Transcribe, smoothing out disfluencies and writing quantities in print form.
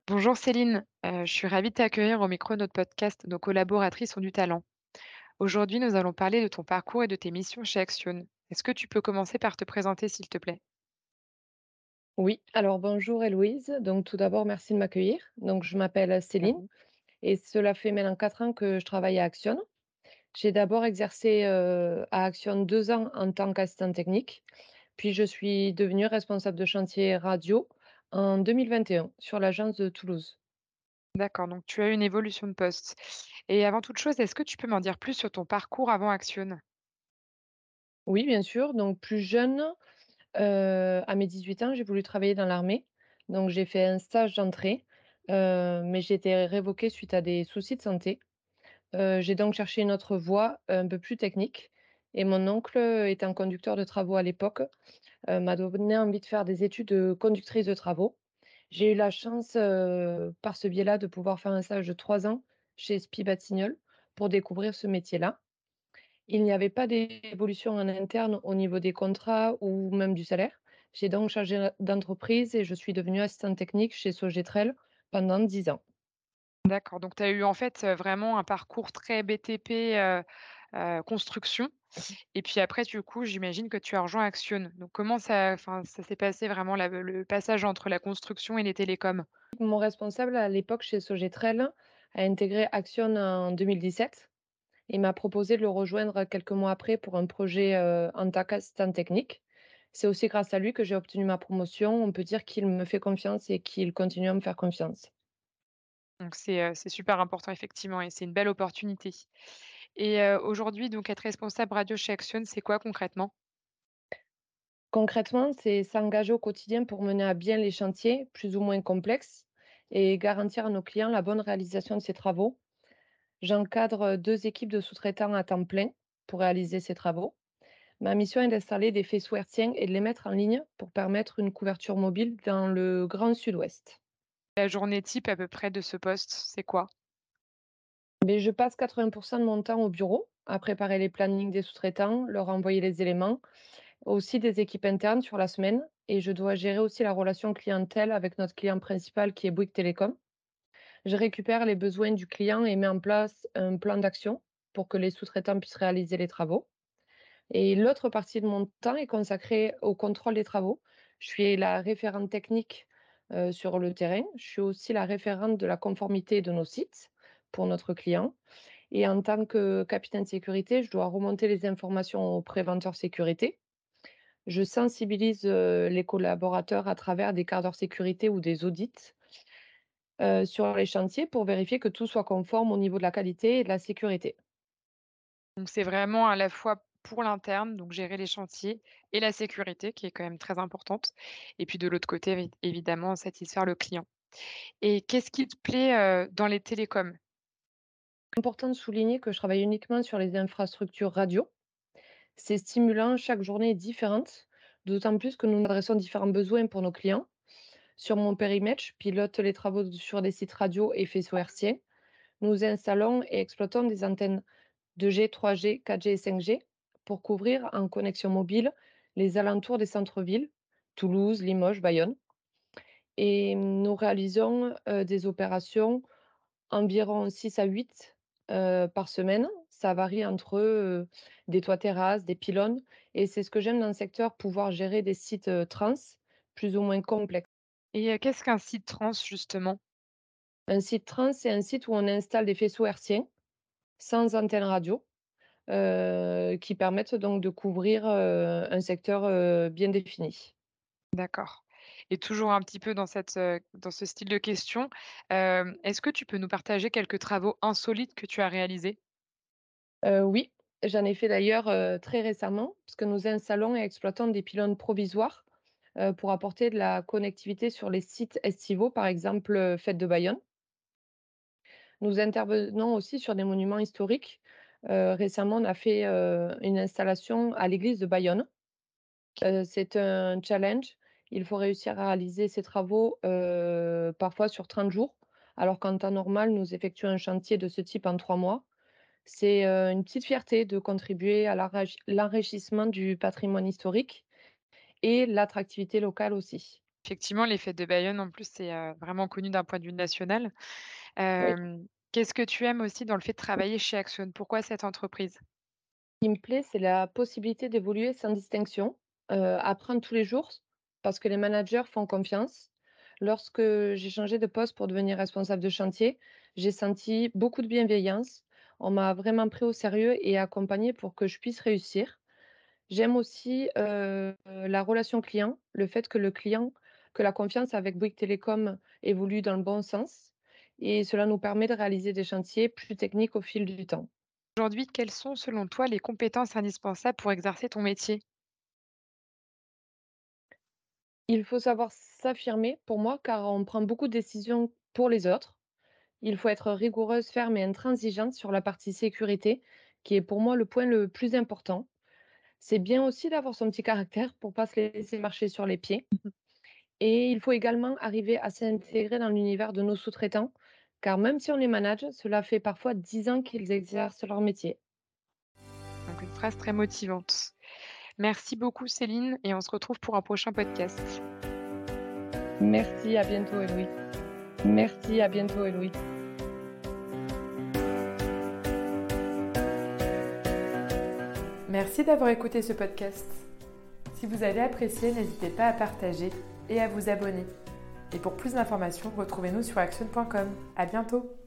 Bonjour Céline, je suis ravie de t'accueillir au micro de notre podcast Nos collaboratrices ont du talent. Aujourd'hui, nous allons parler de ton parcours et de tes missions chez Action. Est-ce que tu peux commencer par te présenter, s'il te plaît? Oui, alors bonjour Héloïse. Donc tout d'abord, merci de m'accueillir. Donc je m'appelle Céline Merci. et cela fait maintenant 4 ans que je travaille à Action. J'ai d'abord exercé à Action 2 ans en tant qu'assistante technique, puis je suis devenue responsable de chantier radio en 2021 sur l'agence de Toulouse. D'accord, donc tu as eu une évolution de poste. Et avant toute chose, est-ce que tu peux m'en dire plus sur ton parcours avant Action? Oui, bien sûr. Donc plus jeune, à mes 18 ans, j'ai voulu travailler dans l'armée. Donc j'ai fait un stage d'entrée, mais j'ai été révoquée suite à des soucis de santé. J'ai donc cherché une autre voie, un peu plus technique et mon oncle, étant conducteur de travaux à l'époque, m'a donné envie de faire des études de conductrice de travaux. J'ai eu la chance, par ce biais-là, de pouvoir faire un stage de 3 ans chez SPI Batignolles pour découvrir ce métier-là. Il n'y avait pas d'évolution en interne au niveau des contrats ou même du salaire. J'ai donc changé d'entreprise et je suis devenue assistante technique chez Sogetrel pendant 10 ans. D'accord, donc tu as eu en fait vraiment un parcours très BTP construction. Et puis après, du coup, j'imagine que tu as rejoint Action. Donc comment ça, enfin, ça s'est passé vraiment le passage entre la construction et les télécoms? Mon responsable à l'époque chez Sogetrel a intégré Action en 2017 et m'a proposé de le rejoindre quelques mois après pour un projet en tant qu'assistant technique. C'est aussi grâce à lui que j'ai obtenu ma promotion. On peut dire qu'il me fait confiance et qu'il continue à me faire confiance. Donc c'est super important effectivement et c'est une belle opportunité. Et aujourd'hui donc être responsable radio chez Action, c'est quoi concrètement? Concrètement, c'est s'engager au quotidien pour mener à bien les chantiers plus ou moins complexes et garantir à nos clients la bonne réalisation de ces travaux. J'encadre 2 équipes de sous-traitants à temps plein pour réaliser ces travaux. Ma mission est d'installer des faisceaux hertziens et de les mettre en ligne pour permettre une couverture mobile dans le Grand Sud-Ouest. La journée type à peu près de ce poste, c'est quoi? Mais je passe 80% de mon temps au bureau à préparer les plannings des sous-traitants, leur envoyer les éléments, aussi des équipes internes sur la semaine. Et je dois gérer aussi la relation clientèle avec notre client principal qui est Bouygues Télécom. Je récupère les besoins du client et mets en place un plan d'action pour que les sous-traitants puissent réaliser les travaux. Et l'autre partie de mon temps est consacrée au contrôle des travaux. Je suis la référente technique sur le terrain. Je suis aussi la référente de la conformité de nos sites pour notre client. Et en tant que capitaine de sécurité, je dois remonter les informations au préventeur sécurité. Je sensibilise les collaborateurs à travers des quarts d'heure sécurité ou des audits sur les chantiers pour vérifier que tout soit conforme au niveau de la qualité et de la sécurité. Donc c'est vraiment à la fois pour l'interne, donc gérer les chantiers et la sécurité qui est quand même très importante et puis de l'autre côté évidemment satisfaire le client. Et qu'est-ce qui te plaît, dans les télécoms? Important de souligner que je travaille uniquement sur les infrastructures radio. C'est stimulant, chaque journée est différente, d'autant plus que nous adressons différents besoins pour nos clients. Sur mon périmètre, je pilote les travaux sur des sites radio et faisceaux hertziens. Nous installons et exploitons des antennes 2G, 3G, 4G et 5G pour couvrir en connexion mobile les alentours des centres-villes, Toulouse, Limoges, Bayonne. Et nous réalisons des opérations environ 6 à 8 par semaine. Ça varie entre des toits terrasses, des pylônes. Et c'est ce que j'aime dans le secteur, pouvoir gérer des sites trans plus ou moins complexes. Et qu'est-ce qu'un site trans justement? Un site trans, c'est un site où on installe des faisceaux hertziens sans antenne radio qui permettent donc de couvrir un secteur bien défini. D'accord. Et toujours un petit peu dans ce style de question, est-ce que tu peux nous partager quelques travaux insolites que tu as réalisés? Oui, j'en ai fait d'ailleurs très récemment, puisque nous installons et exploitons des pylônes provisoires pour apporter de la connectivité sur les sites estivaux, par exemple Fête de Bayonne. Nous intervenons aussi sur des monuments historiques. Récemment, on a fait une installation à l'église de Bayonne. C'est un challenge. Il faut réussir à réaliser ces travaux parfois sur 30 jours, alors qu'en temps normal, nous effectuons un chantier de ce type en 3 mois. C'est une petite fierté de contribuer à l'enrichissement du patrimoine historique et l'attractivité locale aussi. Effectivement, les fêtes de Bayonne, en plus, c'est, vraiment connu d'un point de vue national. Oui. Qu'est-ce que tu aimes aussi dans le fait de travailler chez Action? Pourquoi cette entreprise? Ce qui me plaît, c'est la possibilité d'évoluer sans distinction, apprendre tous les jours parce que les managers font confiance. Lorsque j'ai changé de poste pour devenir responsable de chantier, j'ai senti beaucoup de bienveillance. On m'a vraiment pris au sérieux et accompagné pour que je puisse réussir. J'aime aussi, la relation client, le fait que la confiance avec Bouygues Télécom évolue dans le bon sens et cela nous permet de réaliser des chantiers plus techniques au fil du temps. Aujourd'hui, quelles sont, selon toi, les compétences indispensables pour exercer ton métier? Il faut savoir s'affirmer pour moi, car on prend beaucoup de décisions pour les autres. Il faut être rigoureuse, ferme et intransigeante sur la partie sécurité, qui est pour moi le point le plus important. C'est bien aussi d'avoir son petit caractère pour pas se laisser marcher sur les pieds. Et il faut également arriver à s'intégrer dans l'univers de nos sous-traitants, car même si on les manage, cela fait parfois 10 ans qu'ils exercent leur métier. Donc une phrase très motivante. Merci beaucoup Céline et on se retrouve pour un prochain podcast. Merci, à bientôt, Eloïse. Merci, à bientôt, Eloïse. Merci d'avoir écouté ce podcast. Si vous avez apprécié, n'hésitez pas à partager et à vous abonner. Et pour plus d'informations, retrouvez-nous sur action.com. À bientôt!